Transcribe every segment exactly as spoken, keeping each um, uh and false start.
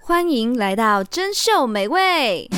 欢迎来到珍馐美味，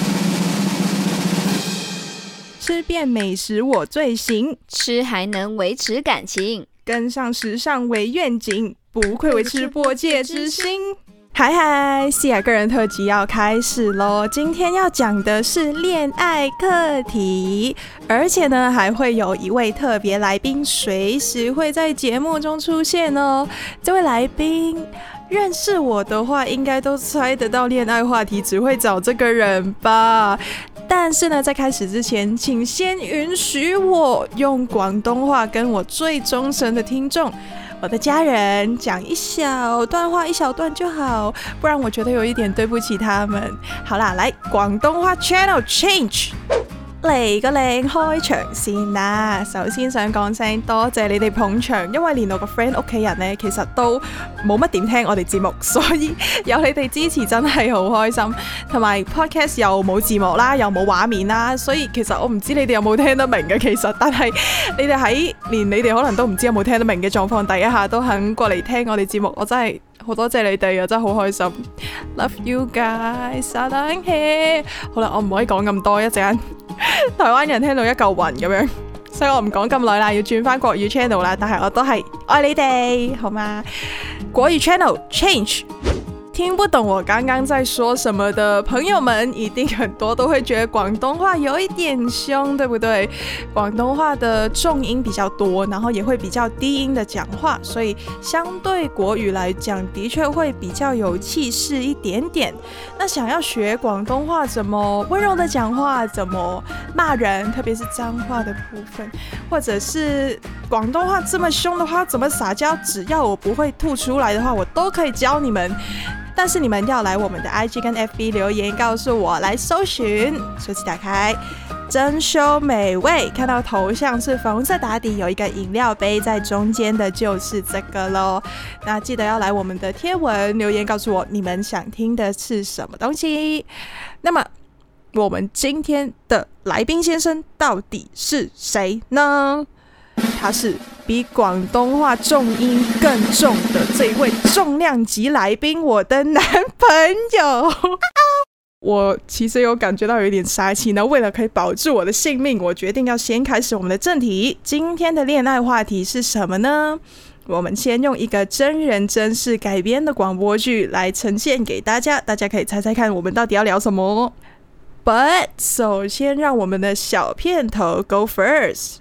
吃遍美食我最行， 吃还能维持感情， 跟上时尚为愿景，不愧为吃播界之星。嗨嗨，西雅个人特辑要开始咯，今天要讲的是恋爱课题，而且呢还会有一位特别来宾随时会在节目中出现哦。这位来宾认识我的话应该都猜得到恋爱话题只会找这个人吧。但是呢在开始之前，请先允许我用广东话跟我最忠诚的听众，我的家人讲一小段话，一小段就好，不然我觉得有一点对不起他们。好啦，來廣東話 channel change 嚟個靚開場先啦。首先想講聲多謝你哋捧場，因為連我個 friend 屋企人呢，其實都冇乜點聽我哋節目，所以有你哋支持真係好開心。同埋 podcast 又冇字幕啦，又冇畫面啦，所以其實我唔知你哋有冇聽得明嘅，其實但係你哋喺連你哋可能都唔知有冇聽得明嘅狀況底下都肯過嚟聽我哋節目，我真係好多謝你哋啊，真係好開心。Love you guys， 沙冷氣。好啦，我唔可以講咁多，一陣間台灣人聽到一嚿雲咁樣，所以我唔講咁耐啦，要轉翻國語 channel 啦。但係我都係愛你哋，好嗎？國語 channel change。聽不懂我剛剛在說什麼的朋友們，一定很多都會覺得廣東話有一點兇，對不對？廣東話的重音比較多，然後也會比較低音的講話，所以相對國語來講，的確會比較有氣勢一點點。那想要學廣東話怎麼溫柔的講話，怎麼罵人，特別是髒話的部分，或者是廣東話這麼兇的話怎麼撒嬌，只要我不會吐出來的話，我都可以教你們。但是你們要來我們的 I G 跟 F B 留言告訴我，來搜尋，手機打開珍馐美味，看到頭像是粉紅色打底，有一個飲料杯在中間的就是這個咯。那記得要來我們的貼文留言告訴我你們想聽的是什麼東西。那麼我們今天的來賓先生到底是誰呢？他是比廣東話重音更重的這位重量級來賓，我的男朋友。我其實有感覺到有一點殺氣，那為了可以保住我的性命，我決定要先開始我們的正題。今天的戀愛話題是什麼呢？我們先用一個真人真事改編的廣播劇來呈現給大家，大家可以猜猜看我們到底要聊什麼。But 首先讓我們的小片頭 go first。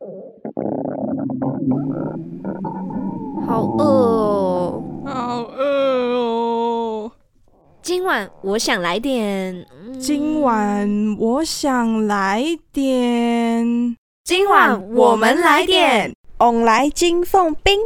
好餓哦， 好餓哦。 今晚我想來點，嗯、 今晚我想來點， 今晚我們來點旺來金鳳冰。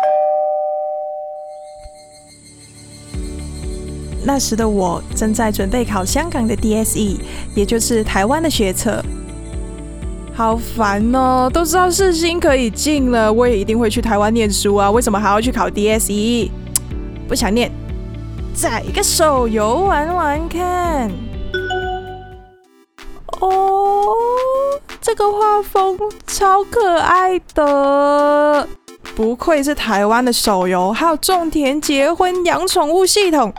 那時的我正在準備考香港的 D S E， 也就是台灣的學測。好煩哦，都知道世新可以進了，我也一定會去台灣念書啊，為什麼還要去考 D S E？ 不想念，載個手遊玩玩看。哦，這個畫風超可愛的，不愧是台灣的手遊，還有種田、結婚、養寵物系統。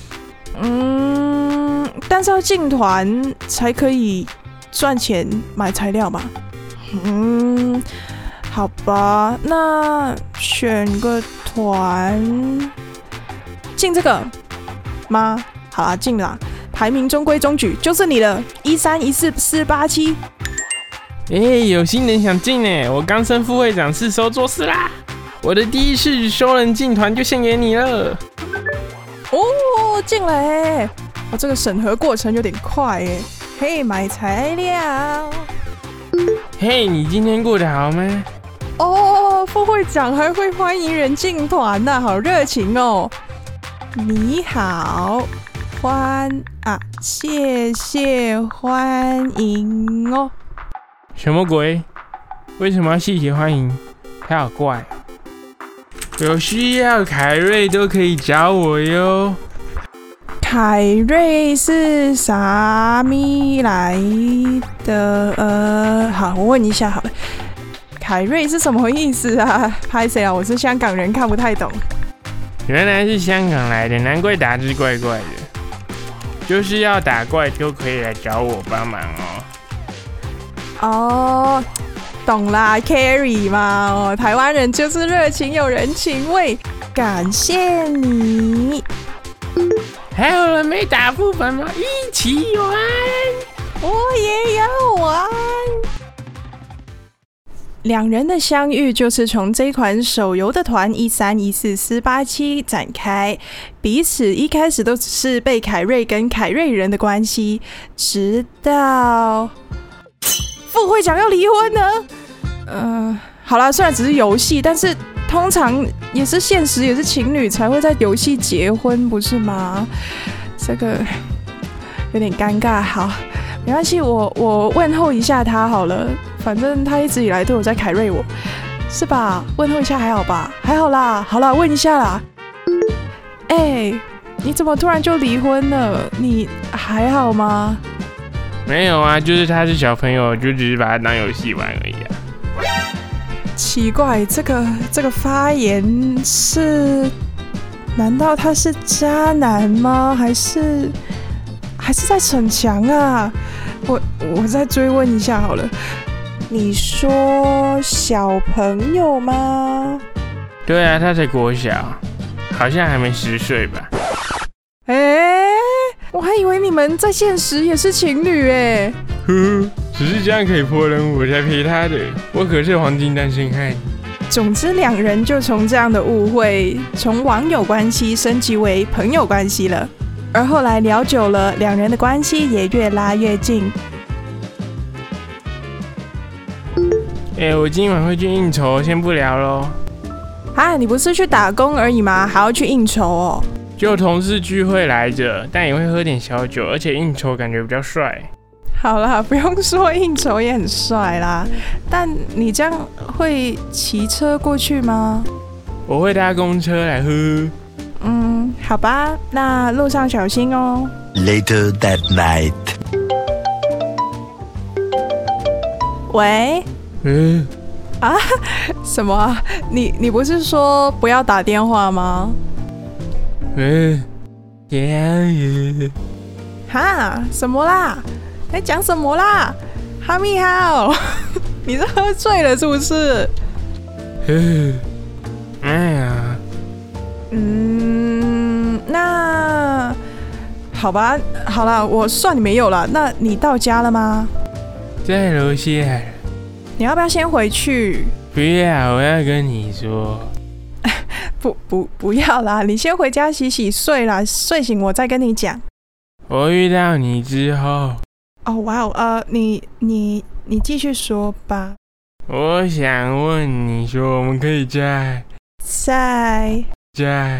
嗯，但是要進團才可以賺錢買材料嘛。嗯，好吧，那選個團，進這個嗎？好啦，進啦，排名中規中矩，就是你的一三一四四八七。 哎，有新人想進耶，我剛升副會長是時候做事啦。我的第一次修人進團就獻給你了。 哦，進了耶！我這個審核過程有點快耶。嘿，買材料。 嘿，你今天過得好嗎？ 哦，副會長還會歡迎人進團吶，好熱情哦。你好，歡啊，謝謝歡迎哦。 什麼鬼？為什麼要謝謝歡迎？他好怪哦。有需要凱瑞都可以找我喲。 凱瑞是啥咪來的？呃，好，我問一下好了。凱瑞是什麼意思啊？拍誰啊？我是香港人，看不太懂。 原來是香港來的，難怪打字怪怪的。 就是要打怪就可以来找我帮忙哦。 哦，懂啦 ，Carry 嘛，哦，台湾人就是热情有人情味，感谢你。 还有人没打副本吗？一起玩， 我也要玩。两人的相遇就是从这款手游的团一三一四四八七展开，彼此一开始都只是被凯瑞跟凯瑞人的关系，直到副会长要离婚呢。嗯、呃，好啦，虽然只是游戏，但是通常也是现实，也是情侣才会在游戏结婚，不是吗？这个有点尴尬。好，没关系，我我问候一下他好了。反正他一直以来都有在凯瑞我，是吧？问候一下还好吧？还好啦，好啦，问一下啦。哎、欸，你怎么突然就离婚了？你还好吗？ 没有啊，就是他是小朋友，就只是把他当游戏玩而已啊。 奇怪，这个这个发言是？难道他是渣男吗？还是还是在逞强啊？我我再追问一下好了。你说小朋友吗？ 对啊，他才国小，好像还没十岁吧。 哎、欸，我还以为你们在现实也是情侣哎。 呵呵，只是这样可以破人我才陪他的，我可是黄金单身汉。 总之，两人就从这样的误会，从网友关系升级为朋友关系了。而后来聊久了，两人的关系也越拉越近。 哎、欸，我今晚会去应酬，先不聊咯。 啊，你不是去打工而已吗？还要去应酬哦？ 就同事聚会来着，但也会喝点小酒，而且应酬感觉比较帅。 好啦，不用说应酬也很帅啦。但你这样会骑车过去吗？ 我会搭公车来喝。 嗯，好吧，那路上小心哦。 Later that night. 喂。 嗯啊？什么？你你不是说不要打电话吗？ 嗯，耶。 哈？什么啦？在讲什么啦？哈密好，你是喝醉了是不是？ 嗯，哎呀， 嗯，那好吧，好啦，我算你没有了。那你到家了吗？ 在楼下。 你要不要先回去？ 不要，我要跟你说。 不不不要啦，你先回家洗洗睡啦，睡醒我再跟你讲。 我遇到你之后。 哦哇哦，呃，你你你继续说吧。 我想问你说，我们可以在在在。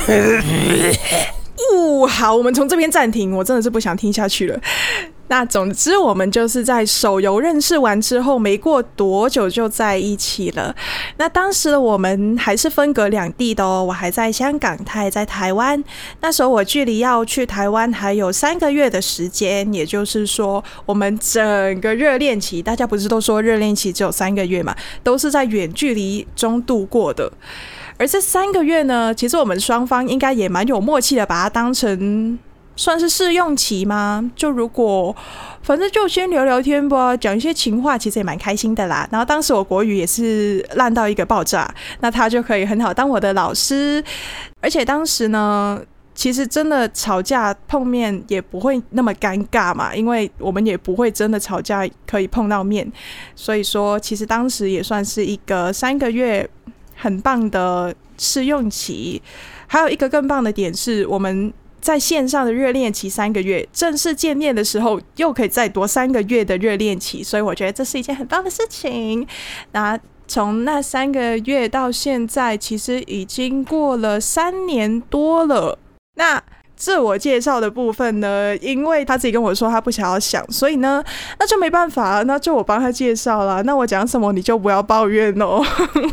哦，好，我们从这边暂停，我真的是不想听下去了。那总之，我们就是在手游认识完之后，没过多久就在一起了。那当时的我们还是分隔两地的哦，我还在香港，他也在台湾。那时候我距离要去台湾还有三个月的时间，也就是说，我们整个热恋期，大家不是都说热恋期只有三个月嘛，都是在远距离中度过的。而这三个月呢，其实我们双方应该也蛮有默契的，把它当成算是试用期吗？就如果反正就先聊聊天吧，讲一些情话，其实也蛮开心的啦。然后当时我国语也是烂到一个爆炸，那他就可以很好当我的老师。而且当时呢，其实真的吵架碰面也不会那么尴尬嘛，因为我们也不会真的吵架可以碰到面，所以说其实当时也算是一个三个月很棒的试用期。还有一个更棒的点是，我们在线上的热恋期三个月，正式见面的时候又可以再多三个月的热恋期，所以我觉得这是一件很棒的事情。那从那三个月到现在，其实已经过了三年多了。那自我介绍的部分呢，因为他自己跟我说他不想要想，所以呢，那就没办法，那就我帮他介绍啦。那我讲什么你就不要抱怨哦。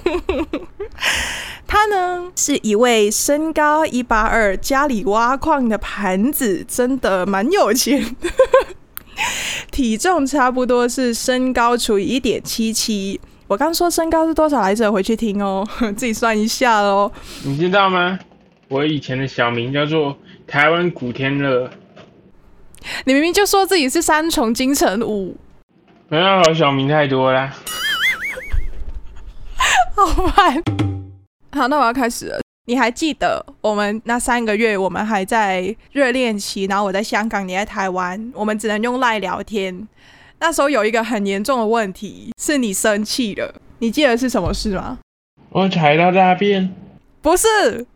他呢是一位身高一八二，家里挖矿的盘子，真的蛮有钱的。体重差不多是身高除以 一点七七。我刚说身高是多少来着？回去听哦，自己算一下咯。 你知道吗？我以前的小名叫做台湾古天乐。 你明明就说自己是三重金城武。 没有，小名太多啦。 好烦。好，那我要开始了。你还记得我们那三个月，我们还在热恋期，然后我在香港，你在台湾，我们只能用 LINE 聊天。那时候有一个很严重的问题，是你生气了。你记得是什么事吗？ 我踩到大便。 不是。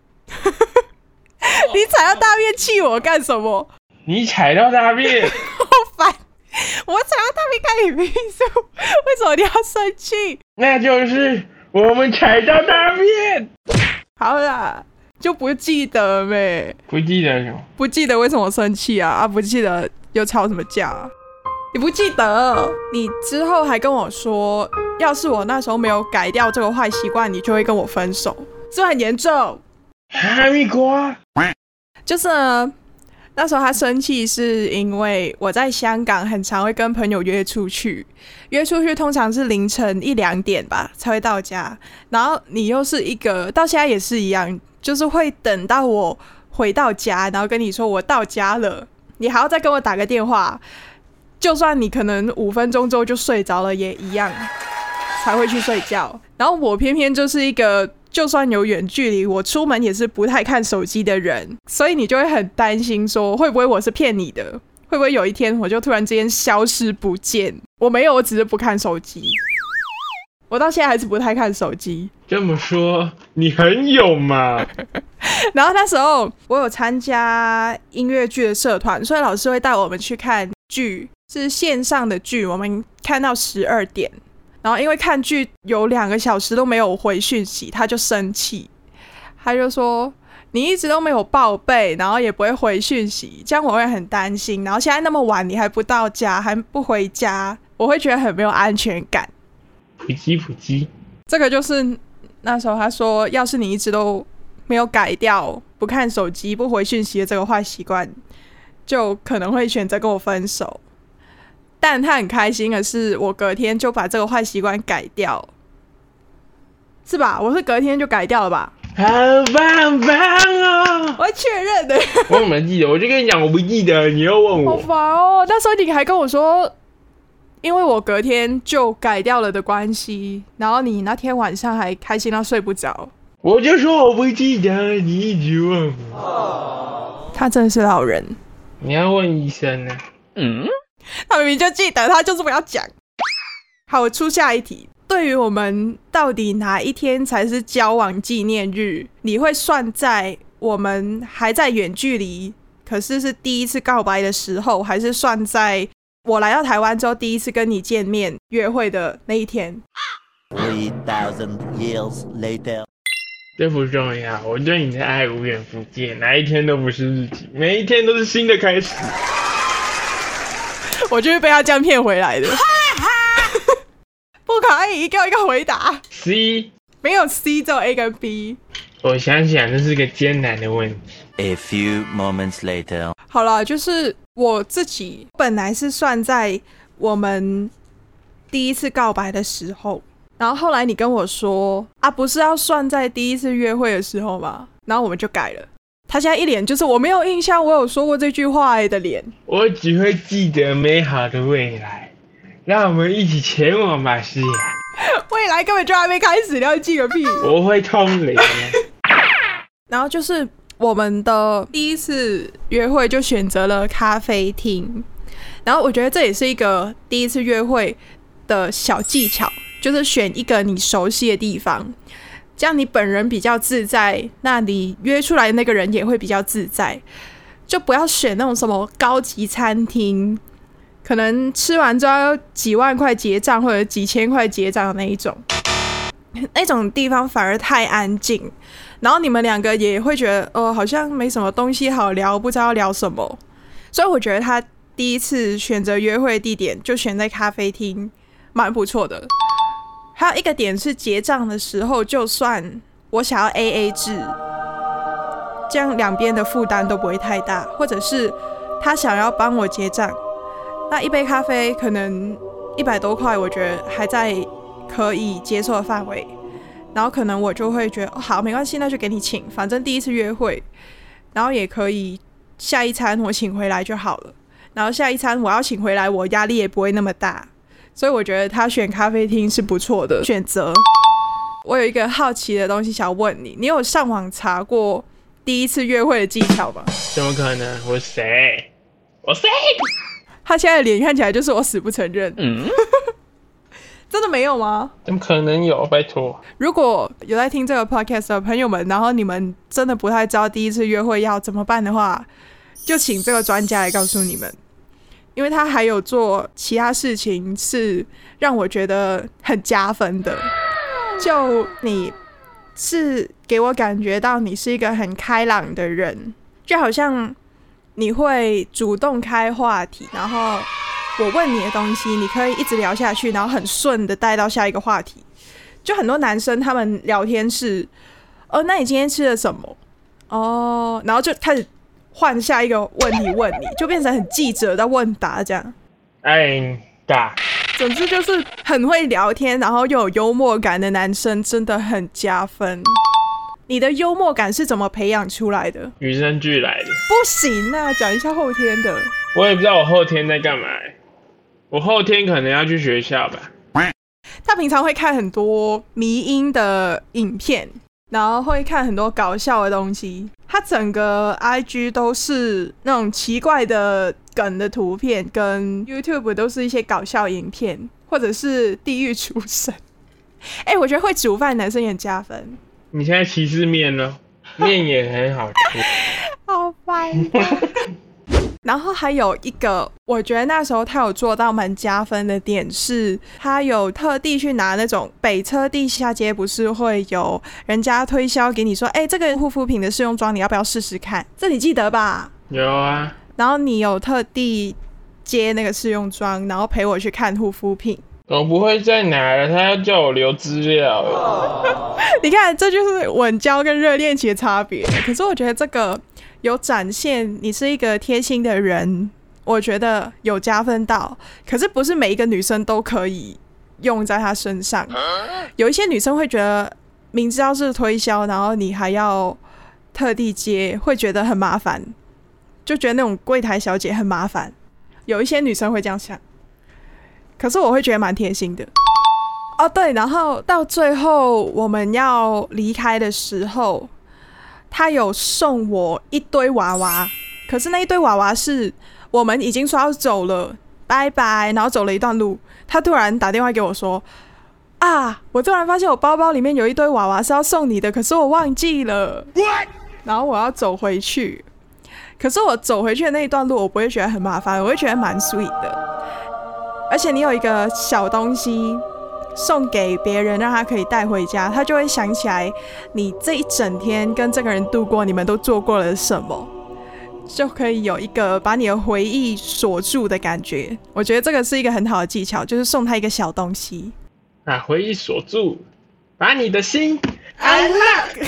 你踩到大便气我干什么？ 你踩到大便。 好烦。我踩到大便干你屁事？为什么你要生气？ 那就是我们踩到大便。 好啦，就不记得呗。 不记得什么？ 不记得为什么生气啊？啊，不记得又吵什么架啊？你不记得？你之后还跟我说，要是我那时候没有改掉这个坏习惯，你就会跟我分手，是不是很严重？ 哈密瓜。 就是呢，那时候他生气是因为我在香港很常会跟朋友约出去，约出去通常是凌晨一两点吧才会到家，然后你又是一个到现在也是一样，就是会等到我回到家，然后跟你说我到家了，你还要再跟我打个电话，就算你可能五分钟之后就睡着了也一样才会去睡觉。然后我偏偏就是一个就算有远距离，我出门也是不太看手机的人，所以你就会很担心说会不会我是骗你的，会不会有一天我就突然之间消失不见。我没有，我只是不看手机，我到现在还是不太看手机。 这么说你很有嘛。 然后那时候我有参加音乐剧的社团，所以老师会带我们去看剧，是线上的剧，我们看到十二点，然后因为看剧有两个小时都没有回讯息，他就生气，他就说你一直都没有报备，然后也不会回讯息，这样我会很担心，然后现在那么晚你还不到家还不回家，我会觉得很没有安全感。 普基普基， 这个就是那时候他说要是你一直都没有改掉不看手机不回讯息的这个坏习惯，就可能会选择跟我分手。但他很开心的是我隔天就把这个坏习惯改掉，是吧？我是隔天就改掉了吧？ 好棒很棒哦！ 我会确认的。 我怎么记得？我就跟你讲我不记得，你又问我。 好烦哦！那时候你还跟我说因为我隔天就改掉了的关系，然后你那天晚上还开心到睡不着。 我就说我不记得，你一直问我。 他真的是老人。 你要问医生呢？嗯。 他明明就记得，他就是不要讲。好，我出下一题。对于我们到底哪一天才是交往纪念日，你会算在我们还在远距离，可是是第一次告白的时候，还是算在我来到台湾之后第一次跟你见面约会的那一天？ Three thousand years later， 这不重要，我对你的爱无远弗届，哪一天都不是日记，每一天都是新的开始。 我就是被他这样骗回来的。不可以，一个一个回答。 C 没有 C， 只有 A 跟 B。 我想想，这是个艰难的问题。 A few moments later， 好了，就是我自己本来是算在我们第一次告白的时候，然后后来你跟我说啊，不是要算在第一次约会的时候吗？然后我们就改了。他现在一脸就是我没有印象我有说过这句话的脸。 我只会记得美好的未来，让我们一起前往吧，诗雅。 未来根本就还没开始，你要记个屁！ 我会通灵。 然后就是我们的第一次约会就选择了咖啡厅，然后我觉得这也是一个第一次约会的小技巧，就是选一个你熟悉的地方，这样你本人比较自在，那你约出来的那个人也会比较自在。就不要选那种什么高级餐厅，可能吃完之后要几万块结账或者几千块结账的那一种，那种地方反而太安静，然后你们两个也会觉得哦，好像没什么东西好聊，不知道聊什么。所以我觉得他第一次选择约会地点就选在咖啡厅蛮不错的。还有一个点是结账的时候，就算我想要 A A 制，这样两边的负担都不会太大，或者是他想要帮我结账，那一杯咖啡可能一百多块，我觉得还在可以接受的范围，然后可能我就会觉得、哦、好没关系，那就给你请，反正第一次约会，然后也可以下一餐我请回来就好了。 然后下一餐我要请回来，我压力也不会那么大，所以我觉得他选咖啡厅是不错的选择。我有一个好奇的东西想问你，你有上网查过第一次约会的技巧吗？ 怎么可能？我谁？我谁？ 他现在的脸看起来就是我死不承认。嗯，真的没有吗？ 怎么可能有？拜托！ 如果有在听这个 podcast 的朋友们，然后你们真的不太知道第一次约会要怎么办的话，就请这个专家来告诉你们，因为他还有做其他事情是让我觉得很加分的。就你是给我感觉到你是一个很开朗的人，就好像你会主动开话题，然后我问你的东西你可以一直聊下去，然后很顺的带到下一个话题。就很多男生他们聊天是哦，那你今天吃了什么？哦，然后就开始换下一个问题问你，就变成很记者在问答这样。 哎，大。 总之就是很会聊天，然后又有幽默感的男生真的很加分。你的幽默感是怎么培养出来的？ 与生俱来的。 不行啊，讲一下后天的。 我也不知道我后天在干嘛、欸，我后天可能要去学校吧。 他平常会看很多迷因的影片，然后会看很多搞笑的东西。他整个 I G 都是那种奇怪的梗的图片，跟 YouTube 都是一些搞笑影片，或者是地狱厨神。哎、欸，我觉得会煮饭的男生也很加分。 你现在歧视面呢？面也很好吃。 好烦。然后还有一个，我觉得那时候他有做到蛮加分的点是，他有特地去拿那种北车地下街不是会有人家推销给你说，哎、欸，这个护肤品的试用装你要不要试试看？这你记得吧？ 有啊。然后你有特地接那个试用装，然后陪我去看护肤品。 我不会再拿了，他要叫我留资料了。 你看，这就是稳交跟热恋期的差别。可是我觉得这个有展现你是一个贴心的人，我觉得有加分到。可是不是每一个女生都可以用在她身上。有一些女生会觉得明知道是推销，然后你还要特地接，会觉得很麻烦，就觉得那种柜台小姐很麻烦。有一些女生会这样想。可是我会觉得蛮贴心的哦，对，然后到最后我们要离开的时候，他有送我一堆娃娃，可是那一堆娃娃是我们已经说要走了，拜拜，然后走了一段路，他突然打电话给我说，啊，我突然发现我包包里面有一堆娃娃是要送你的，可是我忘记了，然后我要走回去，可是我走回去的那一段路我不会觉得很麻烦，我会觉得蛮 sweet 的。而且你有一个小东西送给别人，让他可以带回家，他就会想起来你这一整天跟这个人度过，你们都做过了什么，就可以有一个把你的回忆锁住的感觉。我觉得这个是一个很好的技巧，就是送他一个小东西， 把回忆锁住，把你的心 unlock。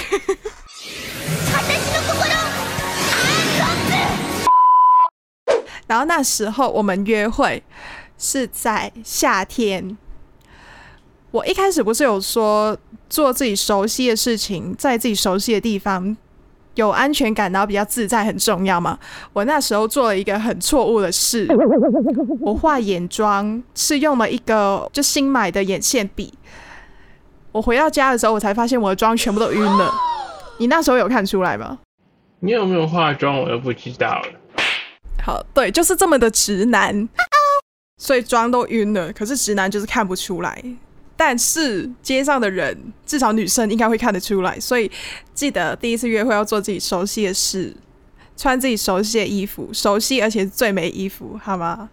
然后那时候我们约会是在夏天，我一开始不是有说做自己熟悉的事情，在自己熟悉的地方有安全感，然后比较自在很重要吗？我那时候做了一个很错误的事，我画眼妆是用了一个就新买的眼线笔，我回到家的时候我才发现我的妆全部都晕了。你那时候有看出来吗？ 你有没有化妆我都不知道了。 好，对，就是这么的直男，所以妆都晕了，可是直男就是看不出来。但是街上的人，至少女生应该会看得出来，所以记得第一次约会要做自己熟悉的事，穿自己熟悉的衣服，熟悉而且是最美的衣服，好吗？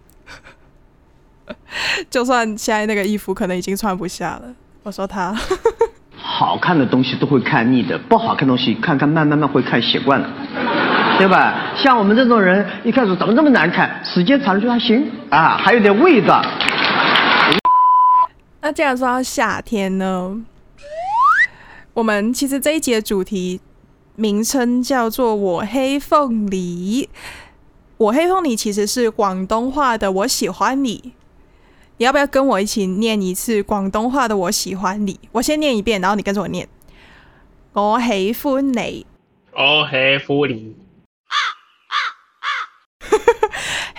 就算现在那个衣服可能已经穿不下了，我说他好看的东西都会看腻的，不好看的东西看看慢慢慢会看习惯了，对吧？像我们这种人一开始怎么这么难看，时间长了就还行啊，还有点味道。 那既然说到夏天呢，我们其实这一集的主题名称叫做我黑凤梨。我黑凤梨其实是广东话的我喜欢你，你要不要跟我一起念一次广东话的我喜欢你？我先念一遍，然后你跟着我念。我喜歡你， 我喜歡你，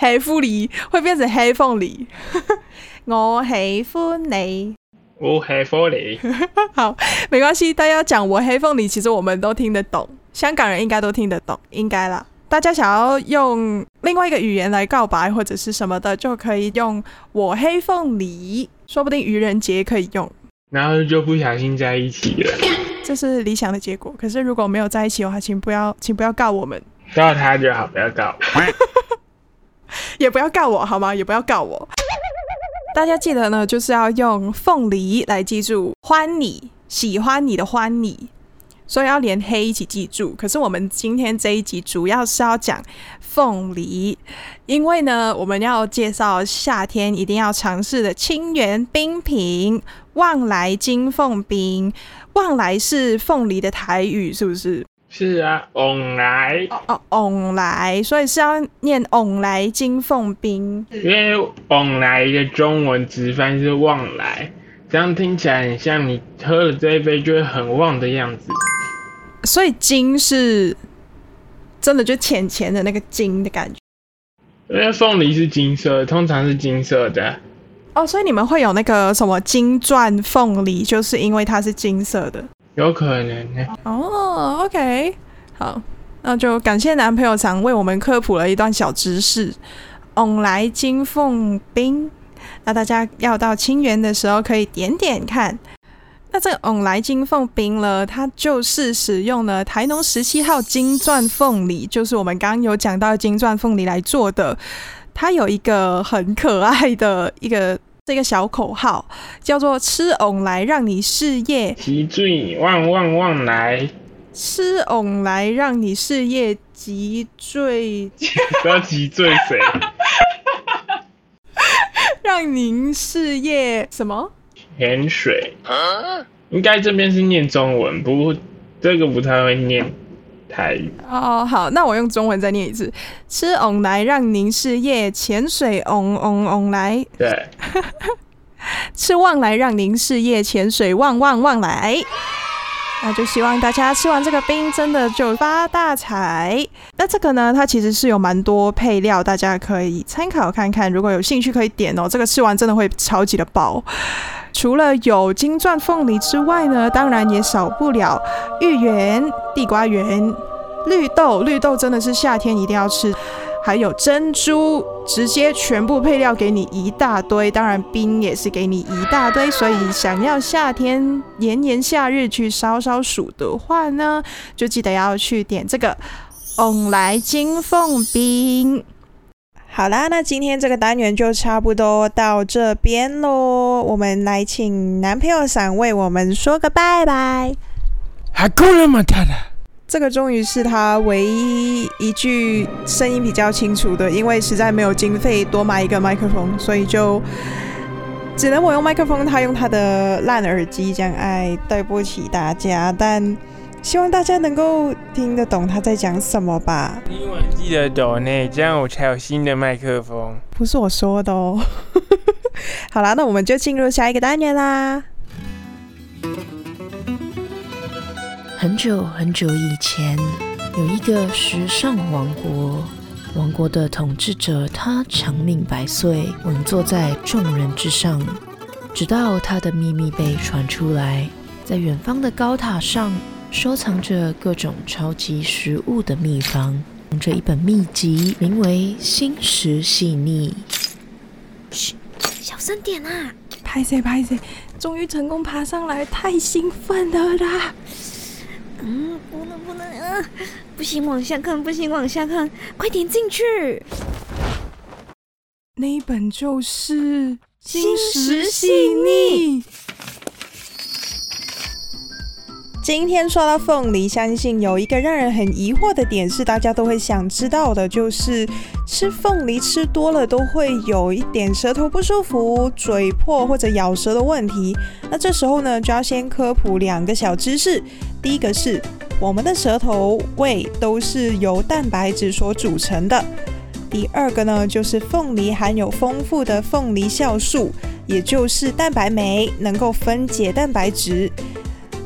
黑富梨会变成黑凤梨。我喜欢你， 我喜欢你。 好，没关系，大家讲我黑凤梨，其实我们都听得懂，香港人应该都听得懂，应该啦。大家想要用另外一个语言来告白或者是什么的，就可以用我黑凤梨，说不定愚人节可以用。 然后就不小心在一起了， 这是理想的结果。可是如果没有在一起的话，请不要，请不要告我们。 告他就好，不要告我。 也不要告我好吗？也不要告我。大家记得呢，就是要用凤梨来记住欢你，喜欢你的欢你，所以要连黑一起记住。可是我们今天这一集主要是要讲凤梨，因为呢，我们要介绍夏天一定要尝试的清源冰品旺来金凤冰。旺来是凤梨的台语，是不是？ 是啊，旺来哦，旺来，所以是要念旺来金凤冰。 因为旺来的中文直翻是旺来，这样听起来很像你喝了这一杯就会很旺的样子。 所以金是真的就浅浅的那个金的感觉。 因为凤梨是金色，通常是金色的。 哦，所以你们会有那个什么金钻凤梨，就是因为它是金色的。 有可能呢。 哦 ，OK， 好，那就感谢男朋友常为我们科普了一段小知识。旺来金凤冰，那大家要到清源的时候可以点点看。那这个旺来金凤冰呢，它就是使用了台农十七号金钻凤梨，就是我们刚刚有讲到金钻凤梨来做的。它有一个很可爱的一个这个小口号，叫做吃旺来让你事业急坠旺旺旺来， 吃旺来让你事业急坠， 不要急坠谁？ 让您事业什么？ 盐水，应该这边是念中文，不过这个不太会念台语。 哦，好，那我用中文再念一次：吃旺来让您事业潜水旺旺旺来。 对， 吃旺来让您事业潜水旺旺旺来。那就希望大家吃完这个冰真的就发大财。那这个呢，它其实是有蛮多配料，大家可以参考看看，如果有兴趣可以点哦。这个吃完真的会超级的饱。除了有金钻凤梨之外呢，当然也少不了芋圆、地瓜圆、绿豆，绿豆真的是夏天一定要吃。还有珍珠，直接全部配料给你一大堆，当然冰也是给你一大堆，所以想要夏天炎炎夏日去烧烧暑的话呢，就记得要去点这个旺来金凤冰。好啦，那今天这个单元就差不多到这边咯，我们来请男朋友赏为我们说个拜拜。 还够了吗，太太？ 这个终于是他唯一一句声音比较清楚的，因为实在没有经费多买一个麦克风，所以就只能我用麦克风，他用他的烂耳机这样。哎，对不起大家，但希望大家能够听得懂他在讲什么吧。 听完记得懂呢，这样我才有新的麦克风。 不是我说的哦。好啦，那我们就进入下一个单元啦。 很久很久以前，有一个时尚王国，王国的统治者他长命百岁，稳坐在众人之上。直到他的秘密被传出来，在远方的高塔上收藏着各种超级食物的秘方，这一本秘籍名为《心食细腻》。嘘，小声点啊！ 拍谁拍谁，终于成功爬上来，太兴奋了啦！ 嗯，不能不能，啊，不行往下看，不行往下看，快点进去。 那一本就是《心食细腻》。今天说到凤梨，相信有一个让人很疑惑的点是大家都会想知道的，就是吃凤梨吃多了都会有一点舌头不舒服、嘴破或者咬舌的问题。那这时候呢，就要先科普两个小知识。第一个是我们的舌头、胃都是由蛋白质所组成的。第二个呢，就是凤梨含有丰富的凤梨酵素，也就是蛋白酶，能够分解蛋白质。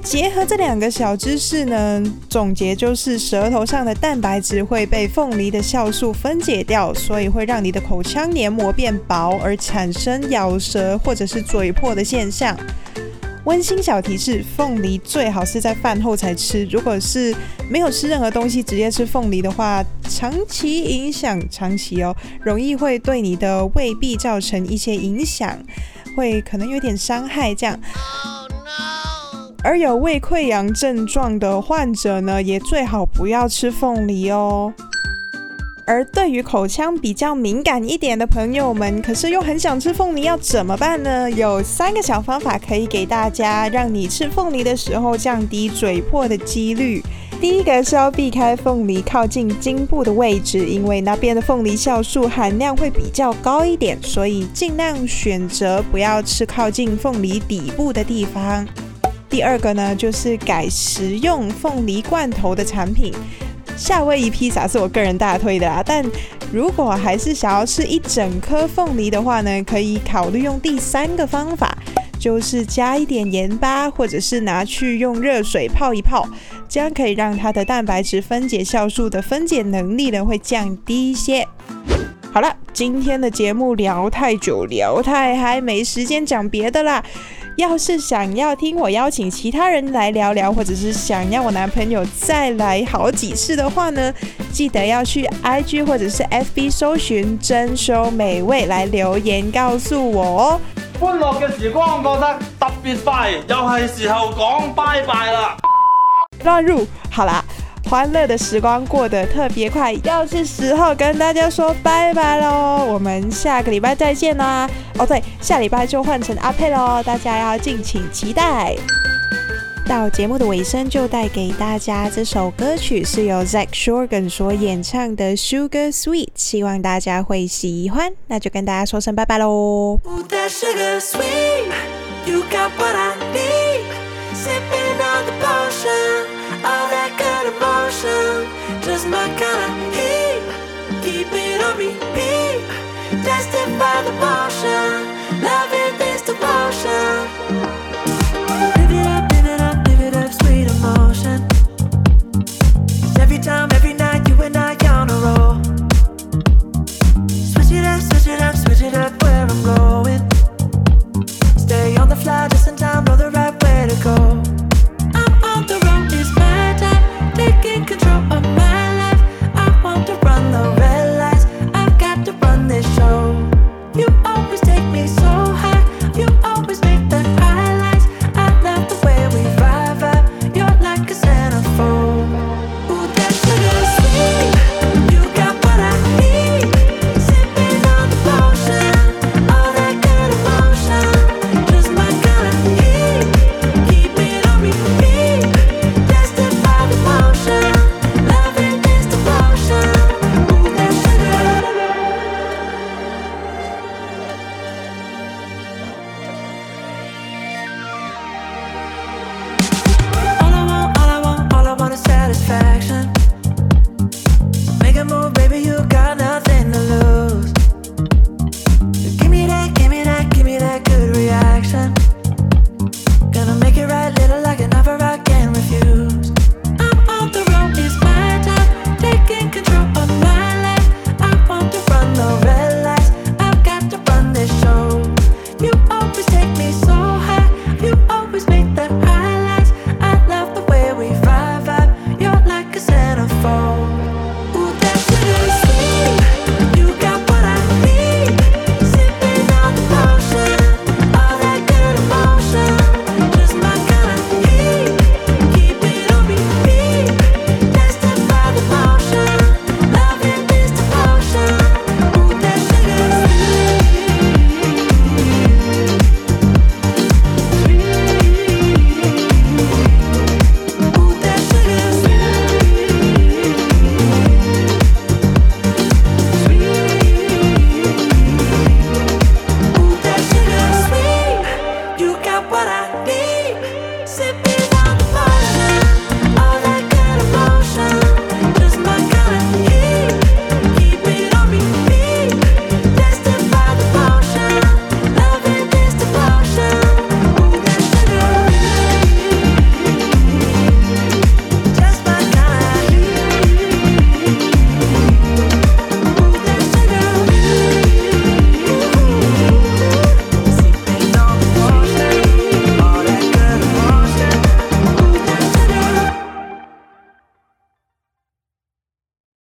结合这两个小知识呢，总结就是舌头上的蛋白质会被凤梨的酵素分解掉，所以会让你的口腔黏膜变薄，而产生咬舌或者是嘴破的现象。温馨小提示：凤梨最好是在饭后才吃。如果是没有吃任何东西直接吃凤梨的话，长期影响，长期哦，容易会对你的胃壁造成一些影响，会可能有点伤害这样。而有胃溃疡症状的患者呢，也最好不要吃凤梨哦。而对于口腔比较敏感一点的朋友们，可是又很想吃凤梨，要怎么办呢？有三个小方法可以给大家，让你吃凤梨的时候降低嘴破的几率。第一个是要避开凤梨靠近茎部的位置，因为那边的凤梨酵素含量会比较高一点，所以尽量选择不要吃靠近凤梨底部的地方。第二个呢，就是改食用凤梨罐头的产品。夏威夷披萨是我个人大推的啦，但如果还是想要吃一整颗凤梨的话呢，可以考虑用第三个方法，就是加一点盐巴，或者是拿去用热水泡一泡，这样可以让它的蛋白质分解酵素的分解能力呢会降低一些。好了，今天的节目聊太久，聊太嗨，没时间讲别的啦。要是想要听我邀请其他人来聊聊，或者是想要我男朋友再来好几次的话呢，记得要去 I G 或者是 F B 搜寻珍馐美味来留言告诉我哦。 歡樂嘅時光過得特別快，又係時候講拜拜啦。 亂入，好啦。歡樂的時光過得特別快，又是時候跟大家說拜拜咯，我們下個禮拜再見啦。哦對，下禮拜就換成阿佩咯，大家要敬請期待。到節目的尾聲就帶給大家這首歌曲是由 Zach Shorgan 所演唱的 Sugar Sweet， 希望大家會喜歡，那就跟大家說聲拜拜咯。All that good emotion, just my kind of heat. Keep it on repeat, tested by the